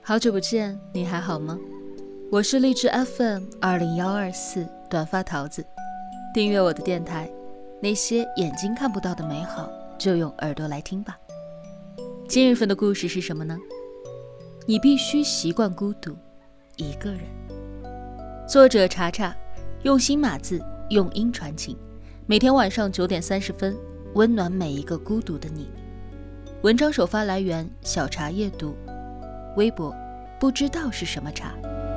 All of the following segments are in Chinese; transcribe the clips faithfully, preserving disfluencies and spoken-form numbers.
好久不见，你还好吗？我是荔枝 F M 二零一二四短发桃子，订阅我的电台，那些眼睛看不到的美好，就用耳朵来听吧。今日份的故事是什么呢？你必须习惯孤独，一个人。作者查查，用心码字，用音传情，每天晚上九点三十分，温暖每一个孤独的你。文章首发来源小茶夜读，微博不知道是什么茶。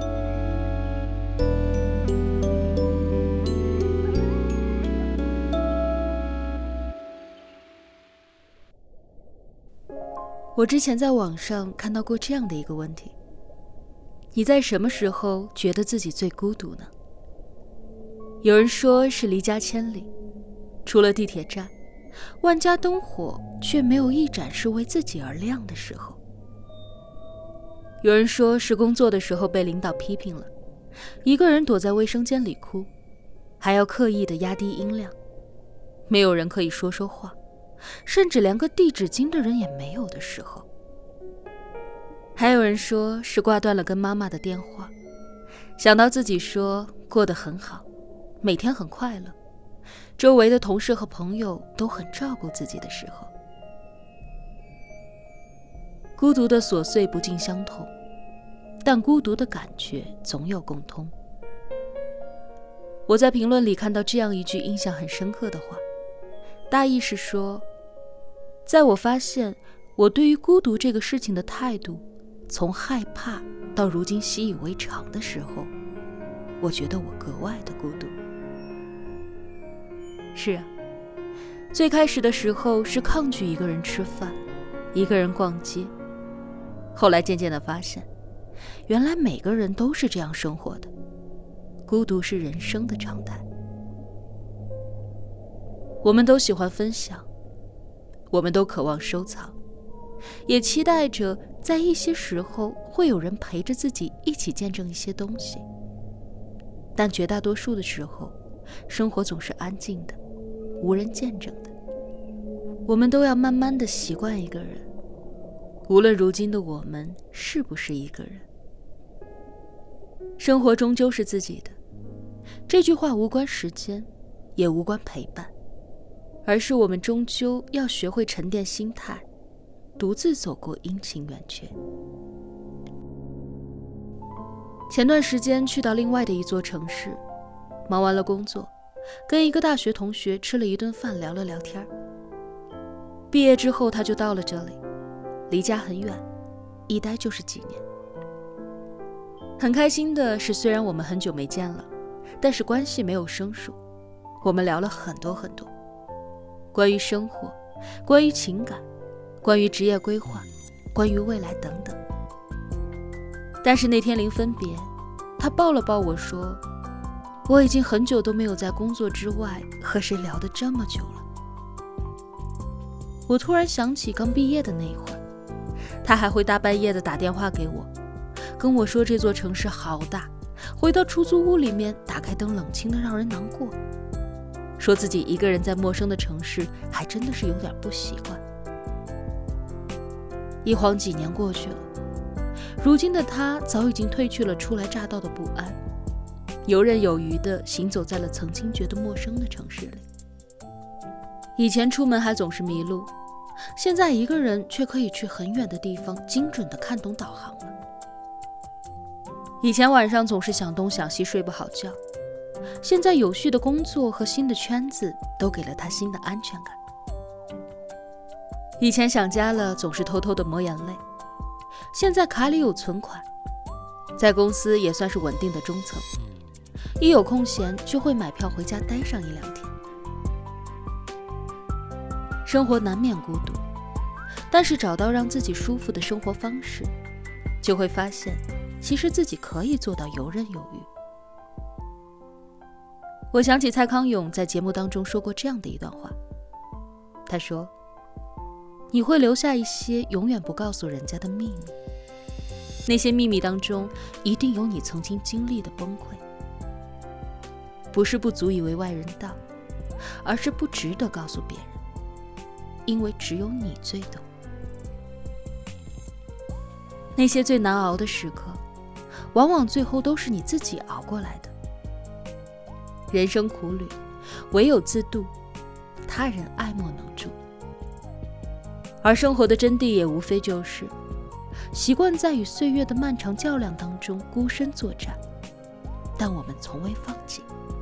我之前在网上看到过这样的一个问题：你在什么时候觉得自己最孤独呢？有人说是离家千里，除了地铁站，万家灯火却没有一盏是为自己而亮的时候。有人说是工作的时候被领导批评了，一个人躲在卫生间里哭，还要刻意的压低音量，没有人可以说说话，甚至连个递纸巾的人也没有的时候。还有人说是挂断了跟妈妈的电话，想到自己说过得很好，每天很快乐，周围的同事和朋友都很照顾自己的时候。孤独的琐碎不尽相同，但孤独的感觉总有共通。我在评论里看到这样一句印象很深刻的话，大意是说，在我发现我对于孤独这个事情的态度从害怕到如今习以为常的时候，我觉得我格外的孤独。是啊，最开始的时候是抗拒一个人吃饭，一个人逛街，后来渐渐地发现，原来每个人都是这样生活的，孤独是人生的常态。我们都喜欢分享，我们都渴望收藏，也期待着在一些时候会有人陪着自己一起见证一些东西。但绝大多数的时候，生活总是安静的，无人见证的。我们都要慢慢地习惯一个人，无论如今的我们是不是一个人。生活终究是自己的，这句话无关时间，也无关陪伴，而是我们终究要学会沉淀心态，独自走过阴晴圆缺。前段时间去到另外的一座城市，忙完了工作，跟一个大学同学吃了一顿饭，聊了聊天。毕业之后他就到了这里，离家很远，一待就是几年。很开心的是，虽然我们很久没见了，但是关系没有生疏。我们聊了很多很多，关于生活，关于情感，关于职业规划，关于未来等等。但是那天临分别，他抱了抱我说，我已经很久都没有在工作之外和谁聊得这么久了。我突然想起刚毕业的那一会儿，他还会大半夜的打电话给我，跟我说这座城市好大，回到出租屋里面打开灯冷清的让人难过，说自己一个人在陌生的城市还真的是有点不习惯。一晃几年过去了，如今的他早已经褪去了初来乍到的不安，游刃有余地行走在了曾经觉得陌生的城市里。以前出门还总是迷路，现在一个人却可以去很远的地方精准地看懂导航了。以前晚上总是想东想西睡不好觉，现在有序的工作和新的圈子都给了他新的安全感。以前想家了总是偷偷地抹眼泪，现在卡里有存款，在公司也算是稳定的中层，一有空闲就会买票回家待上一两天。生活难免孤独，但是找到让自己舒服的生活方式，就会发现其实自己可以做到游刃有余。我想起蔡康永在节目当中说过这样的一段话，他说，你会留下一些永远不告诉人家的秘密，那些秘密当中一定有你曾经经历的崩溃，不是不足以为外人道，而是不值得告诉别人，因为只有你最懂。 那些最难熬的时刻，往往最后都是你自己熬过来的。人生苦旅，唯有自渡，他人爱莫能助。而生活的真谛也无非就是习惯在与岁月的漫长较量当中孤身作战，但我们从未放弃。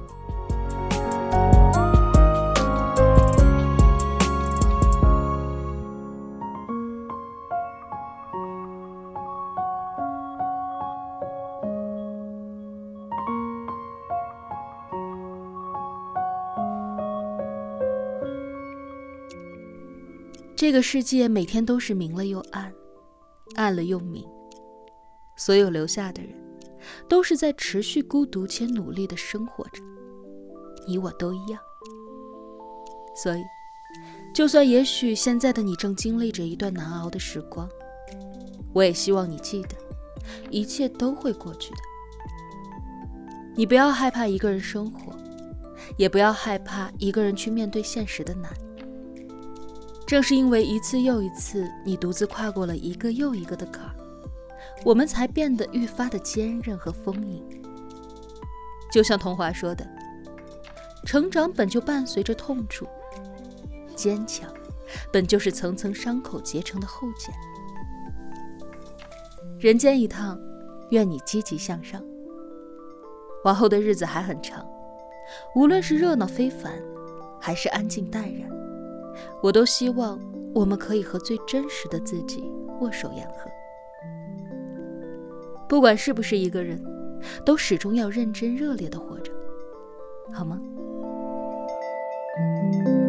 这个世界每天都是明了又暗，暗了又明，所有留下的人都是在持续孤独且努力地生活着，你我都一样。所以就算也许现在的你正经历着一段难熬的时光，我也希望你记得，一切都会过去的。你不要害怕一个人生活，也不要害怕一个人去面对现实的难。正是因为一次又一次你独自跨过了一个又一个的坎儿，我们才变得愈发的坚韧和丰盈。就像童话说的，成长本就伴随着痛楚，坚强本就是层层伤口结成的厚茧。人间一趟，愿你积极向上。往后的日子还很长，无论是热闹非凡，还是安静淡然，我都希望我们可以和最真实的自己握手言和。不管是不是一个人，都始终要认真热烈地活着，好吗？